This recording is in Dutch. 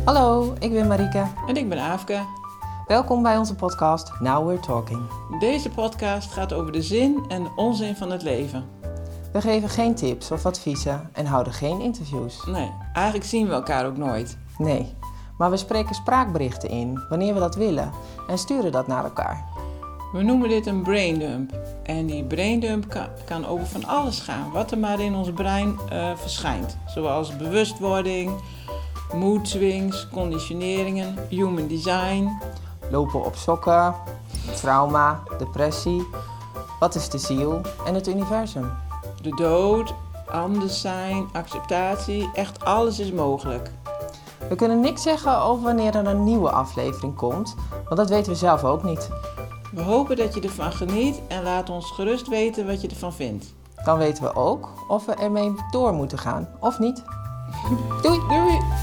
Hallo, ik ben Marieke. En ik ben Aafke. Welkom bij onze podcast Now We're Talking. Deze podcast gaat over de zin en de onzin van het leven. We geven geen tips of adviezen en houden geen interviews. Nee, eigenlijk zien we elkaar ook nooit. Nee, maar we spreken spraakberichten in wanneer we dat willen en sturen dat naar elkaar. We noemen dit een braindump. En die braindump kan over van alles gaan, wat er maar in ons brein verschijnt. Zoals bewustwording, mood swings, conditioneringen, human design. Lopen op sokken, trauma, depressie, wat is de ziel en het universum. De dood, anders zijn, acceptatie, echt alles is mogelijk. We kunnen niks zeggen over wanneer er een nieuwe aflevering komt, want dat weten we zelf ook niet. We hopen dat je ervan geniet en laat ons gerust weten wat je ervan vindt. Dan weten we ook of we ermee door moeten gaan of niet. Doei! Doei!